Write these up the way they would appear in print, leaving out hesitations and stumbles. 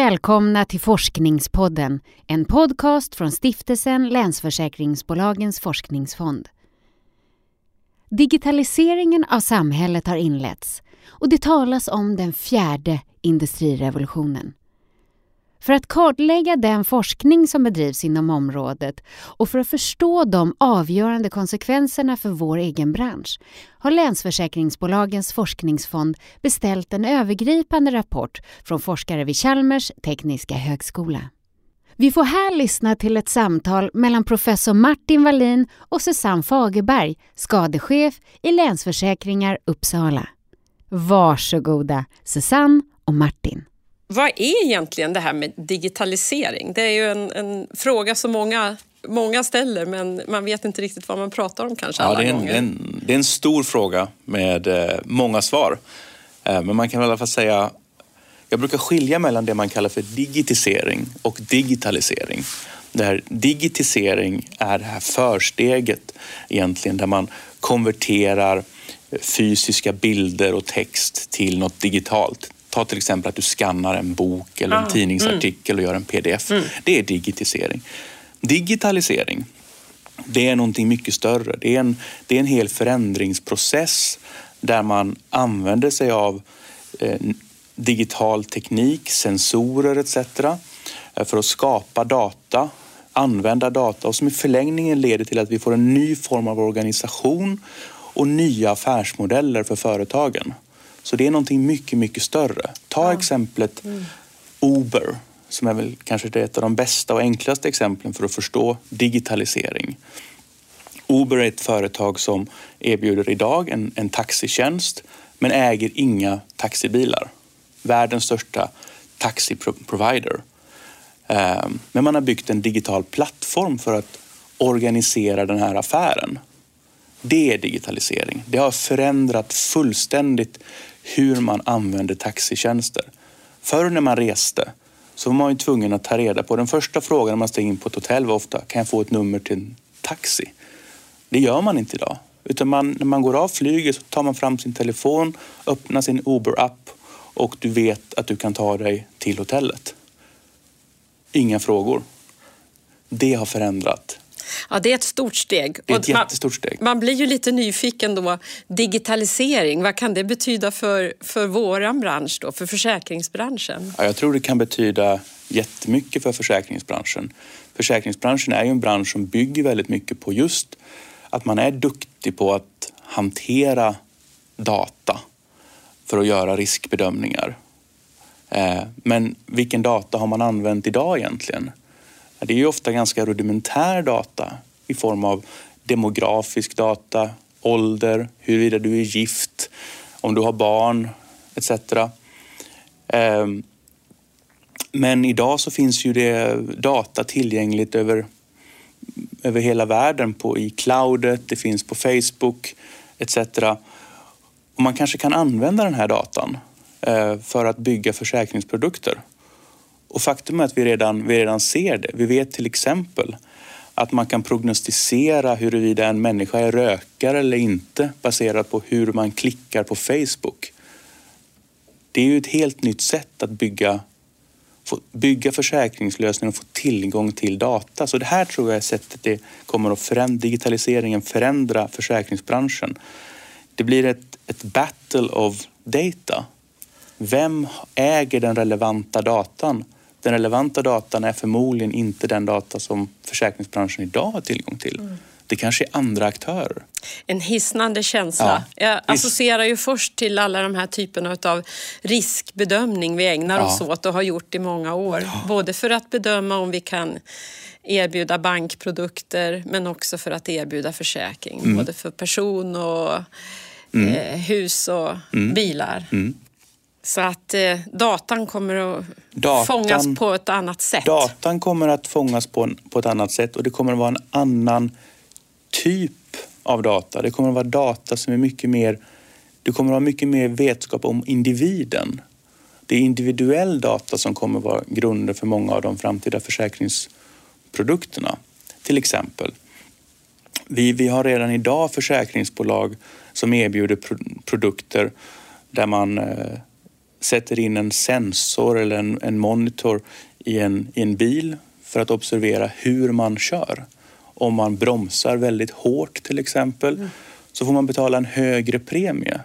välkomna till Forskningspodden, en podcast från stiftelsen Länsförsäkringsbolagens forskningsfond. Digitaliseringen av samhället har inletts och det talas om den 4:e industrirevolutionen. För att kartlägga den forskning som bedrivs inom området och för att förstå de avgörande konsekvenserna för vår egen bransch har Länsförsäkringsbolagens forskningsfond beställt en övergripande rapport från forskare vid Chalmers tekniska högskola. Vi får här lyssna till ett samtal mellan professor Martin Wallin och Susanne Fagerberg, skadechef i Länsförsäkringar Uppsala. Varsågoda Susanne och Martin. Vad är egentligen det här med digitalisering? Det är ju en fråga som många ställer, men man vet inte riktigt vad man pratar om kanske alla gånger. Det är en stor fråga med många svar. Men man kan i alla fall säga, jag brukar skilja mellan det man kallar för digitisering och digitalisering. Där digitisering är det här försteget egentligen där man konverterar fysiska bilder och text till något digitalt. Ta till exempel att du skannar en bok eller en tidningsartikel och gör en pdf. Det är digitisering. Digitalisering, det är någonting mycket större. Det är en hel förändringsprocess där man använder sig av digital teknik, sensorer etc. för att skapa data, använda data och som i förlängningen leder till att vi får en ny form av organisation och nya affärsmodeller för företagen. Så det är någonting mycket, mycket större. Ta exemplet Uber, som är väl kanske ett av de bästa och enklaste exemplen för att förstå digitalisering. Uber är ett företag som erbjuder idag en taxitjänst men äger inga taxibilar. Världens största taxiprovider. Men man har byggt en digital plattform för att organisera den här affären. Det är digitalisering. Det har förändrat fullständigt hur man använder taxitjänster. Förr när man reste så var man ju tvungen att ta reda på. Den första frågan när man steg in på ett hotell var ofta, kan jag få ett nummer till en taxi? Det gör man inte idag. Utan när man går av flyget så tar man fram sin telefon, öppnar sin Uber-app och du vet att du kan ta dig till hotellet. Inga frågor. Det har förändrat. Ja, det är ett stort steg. Det är ett jättestort steg. Man blir ju lite nyfiken då. Digitalisering, vad kan det betyda för våran bransch då, för försäkringsbranschen? Ja, jag tror det kan betyda jättemycket för försäkringsbranschen. Försäkringsbranschen är ju en bransch som bygger väldigt mycket på just att man är duktig på att hantera data för att göra riskbedömningar. Men vilken data har man använt idag egentligen? Det är ju ofta ganska rudimentär data i form av demografisk data, ålder, huruvida du är gift, om du har barn etc. Men idag så finns ju det data tillgängligt över hela världen i cloudet, det finns på Facebook etc. Och man kanske kan använda den här datan för att bygga försäkringsprodukter. Och faktum är att vi redan ser det. Vi vet till exempel att man kan prognostisera huruvida en människa är rökare eller inte baserat på hur man klickar på Facebook. Det är ju ett helt nytt sätt att bygga försäkringslösningar och få tillgång till data. Så det här tror jag är sättet det kommer att digitaliseringen förändra försäkringsbranschen. Det blir ett battle of data. Vem äger den relevanta datan? Den relevanta datan är förmodligen inte den data som försäkringsbranschen idag har tillgång till. Det kanske är andra aktörer. En hisnande känsla. Ja, jag associerar ju först till alla de här typerna av riskbedömning vi ägnar oss åt och har gjort i många år. Både för att bedöma om vi kan erbjuda bankprodukter men också för att erbjuda försäkring. Både för person och hus och bilar. Så att datan kommer att fångas på ett annat sätt. Datan kommer att fångas på ett annat sätt och det kommer att vara en annan typ av data. Det kommer att vara data som är mycket mer, det kommer att vara mycket mer vetskap om individen. Det är individuell data som kommer att vara grunden för många av de framtida försäkringsprodukterna. Till exempel, vi har redan idag försäkringsbolag som erbjuder produkter där man sätter in en sensor eller en monitor i en bil för att observera hur man kör. Om man bromsar väldigt hårt till exempel så får man betala en högre premie.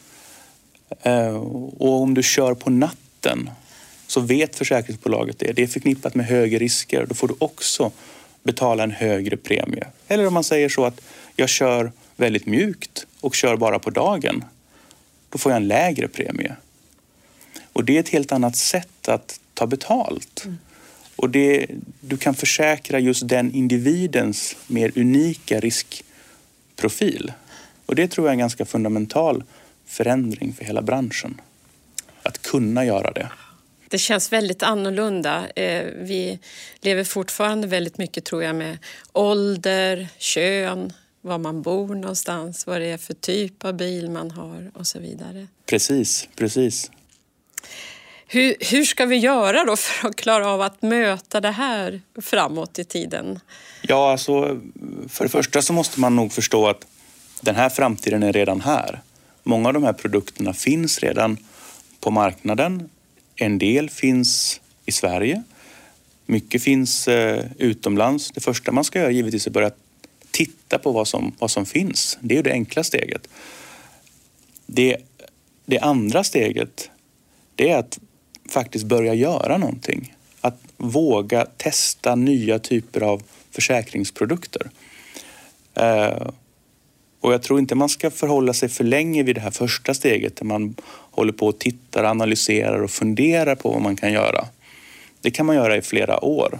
Och om du kör på natten så vet försäkringsbolaget det. Det är förknippat med högre risker. Då får du också betala en högre premie. Eller om man säger så att jag kör väldigt mjukt och kör bara på dagen. Då får jag en lägre premie. Och det är ett helt annat sätt att ta betalt. Och du kan försäkra just den individens mer unika riskprofil. Och det tror jag är en ganska fundamental förändring för hela branschen. Att kunna göra det. Det känns väldigt annorlunda. Vi lever fortfarande väldigt mycket, tror jag, med ålder, kön, var man bor någonstans, vad det är för typ av bil man har och så vidare. Precis. Hur ska vi göra då för att klara av att möta det här framåt i tiden? Ja, alltså för det första så måste man nog förstå att den här framtiden är redan här. Många av de här produkterna finns redan på marknaden. En del finns i Sverige. Mycket finns utomlands. Det första man ska göra givetvis är att börja titta på vad som finns. Det är ju det enkla steget. Det andra steget, det är att faktiskt börja göra någonting. Att våga testa nya typer av försäkringsprodukter. Och jag tror inte man ska förhålla sig för länge vid det här första steget där man håller på och tittar, analyserar och funderar på vad man kan göra. Det kan man göra i flera år.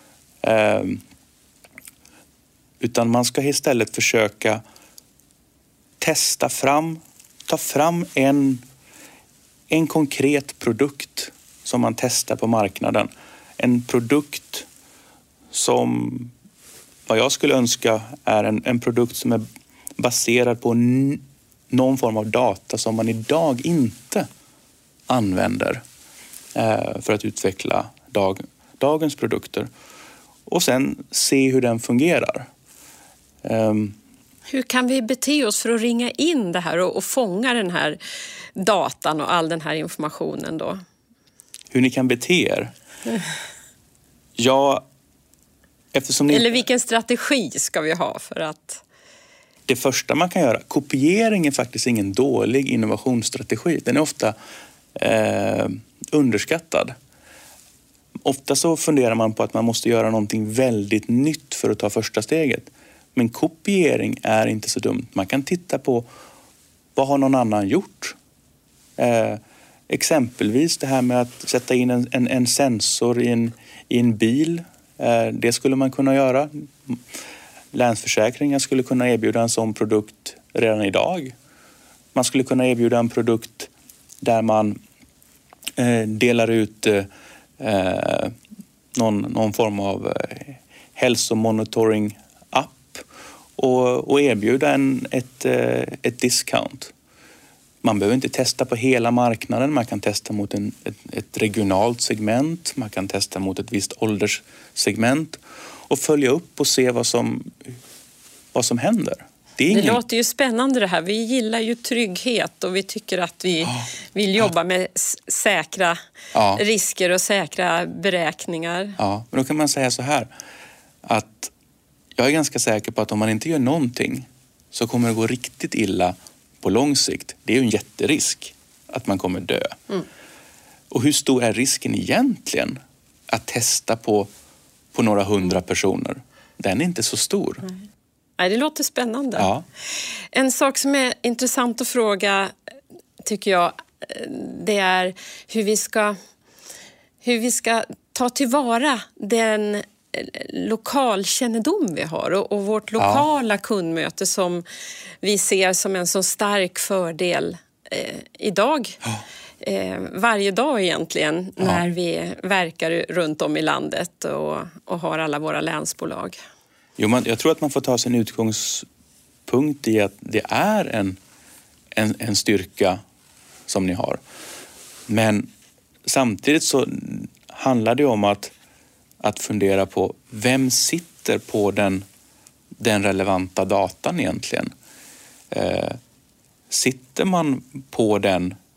Utan man ska istället försöka ta fram en konkret produkt som man testar på marknaden. En produkt som vad jag skulle önska är en produkt som är baserad på någon form av data som man idag inte använder för att utveckla dagens produkter. Och sen se hur den fungerar. Hur kan vi bete oss för att ringa in det här och fånga den här datan och all den här informationen då? Hur ni kan bete er? Ja, eftersom Eller vilken strategi ska vi ha för att... Det första man kan göra, kopiering är faktiskt ingen dålig innovationsstrategi. Den är ofta underskattad. Ofta så funderar man på att man måste göra någonting väldigt nytt för att ta första steget. Men kopiering är inte så dumt. Man kan titta på vad har någon annan gjort. Exempelvis det här med att sätta in en sensor i en bil. Det skulle man kunna göra. Länsförsäkringar skulle kunna erbjuda en sån produkt redan idag. Man skulle kunna erbjuda en produkt där man delar ut någon form av hälsomonitoring-app och erbjuda ett discount. Man behöver inte testa på hela marknaden. Man kan testa mot ett regionalt segment. Man kan testa mot ett visst ålderssegment och följa upp och se vad som händer. Det låter ju spännande det här. Vi gillar ju trygghet och vi tycker att vi vill jobba med säkra risker och säkra beräkningar. Ja, men då kan man säga så här att jag är ganska säker på att om man inte gör någonting så kommer det gå riktigt illa på lång sikt. Det är ju en jätterisk att man kommer dö. Och hur stor är risken egentligen att testa på några 100 personer? Den är inte så stor. Nej, det låter spännande. Ja. En sak som är intressant att fråga, tycker jag, det är hur vi ska ta tillvara den lokalkännedom vi har och vårt lokala kundmöte som vi ser som en så stark fördel idag. Varje dag egentligen när vi verkar runt om i landet och har alla våra länsbolag. Jo, jag tror att man får ta sin utgångspunkt i att det är en styrka som ni har. Men samtidigt så handlar det om att fundera på vem sitter på den relevanta datan egentligen. Sitter man på den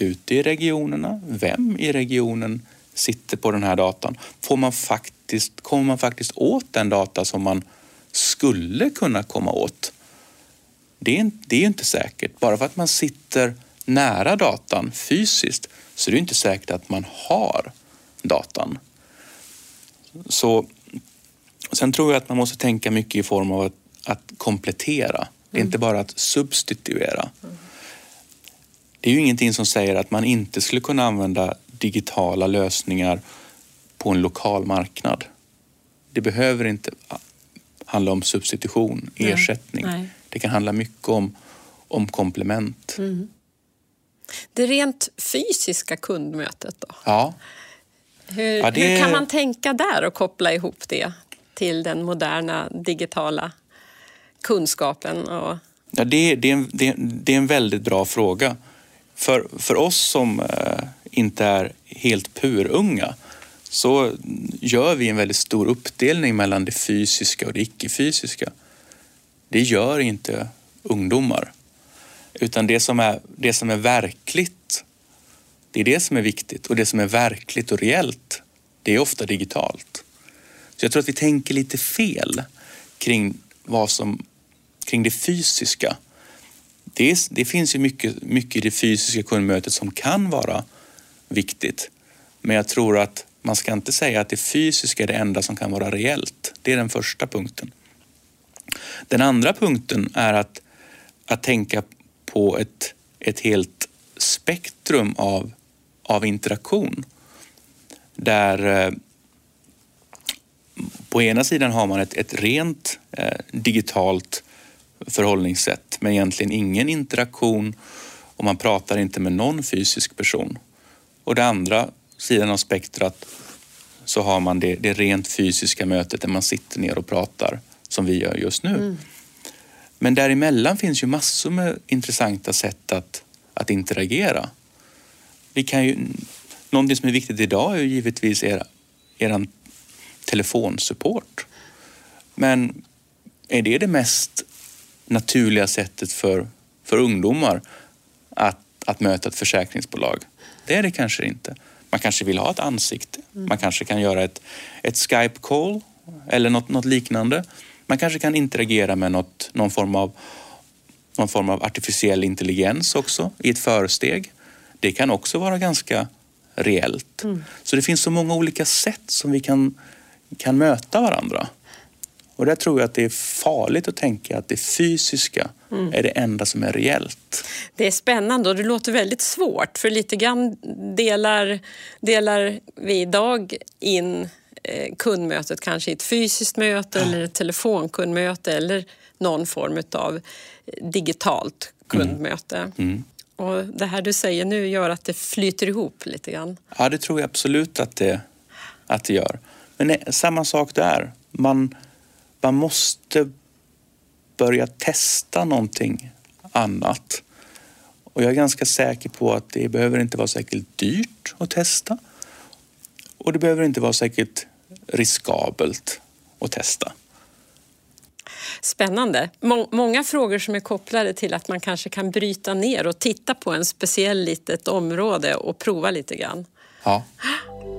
ute i regionerna? Vem i regionen sitter på den här datan? Kommer man faktiskt åt den data som man skulle kunna komma åt? Det är ju inte säkert. Bara för att man sitter nära datan fysiskt så är det inte säkert att man har datan. Så sen tror jag att man måste tänka mycket i form av att komplettera. Det är inte bara att substituera. Det är ju ingenting som säger att man inte skulle kunna använda digitala lösningar på en lokal marknad. Det behöver inte handla om substitution, ersättning. Nej. Det kan handla mycket om komplement. Det rent fysiska kundmötet då? Ja. Hur kan man tänka där och koppla ihop det till den moderna digitala kunskapen? Ja, det är en väldigt bra fråga. För oss som inte är helt purunga så gör vi en väldigt stor uppdelning mellan det fysiska och det icke-fysiska. Det gör inte ungdomar. Utan det som är verkligt, det är det som är viktigt. Och det som är verkligt och reellt, det är ofta digitalt. Så jag tror att vi tänker lite fel kring det fysiska. Det finns ju mycket i det fysiska kundmötet som kan vara viktigt. Men jag tror att man ska inte säga att det fysiska är det enda som kan vara reellt. Det är den första punkten. Den andra punkten är att tänka på ett helt spektrum av interaktion. Där på ena sidan har man ett rent digitalt förhållningssätt men egentligen ingen interaktion och man pratar inte med någon fysisk person. Och den andra sidan av spektrat så har man det rent fysiska mötet där man sitter ner och pratar som vi gör just nu. Men däremellan finns ju massor med intressanta sätt att interagera. Någonting som är viktigt idag är ju givetvis eran telefonsupport. Men är det mest naturliga sättet för ungdomar att möta ett försäkringsbolag? Det är det kanske inte. Man kanske vill ha ett ansikte. Man kanske kan göra ett Skype-call eller något liknande. Man kanske kan interagera med någon form av artificiell intelligens också i ett försteg. Det kan också vara ganska reellt. Så det finns så många olika sätt som vi kan möta varandra. Och där tror jag att det är farligt att tänka att det fysiska är det enda som är reellt. Det är spännande och det låter väldigt svårt. För lite grann delar vi idag in kundmötet kanske i ett fysiskt möte eller ett telefonkundmöte eller någon form av digitalt kundmöte. Och det här du säger nu gör att det flyter ihop lite grann. Ja, det tror jag absolut att det gör. Men samma sak där. Man måste börja testa någonting annat. Och jag är ganska säker på att det behöver inte vara särskilt dyrt att testa. Och det behöver inte vara särskilt riskabelt att testa. Spännande. Många frågor som är kopplade till att man kanske kan bryta ner och titta på en speciell litet område och prova lite grann. Ja.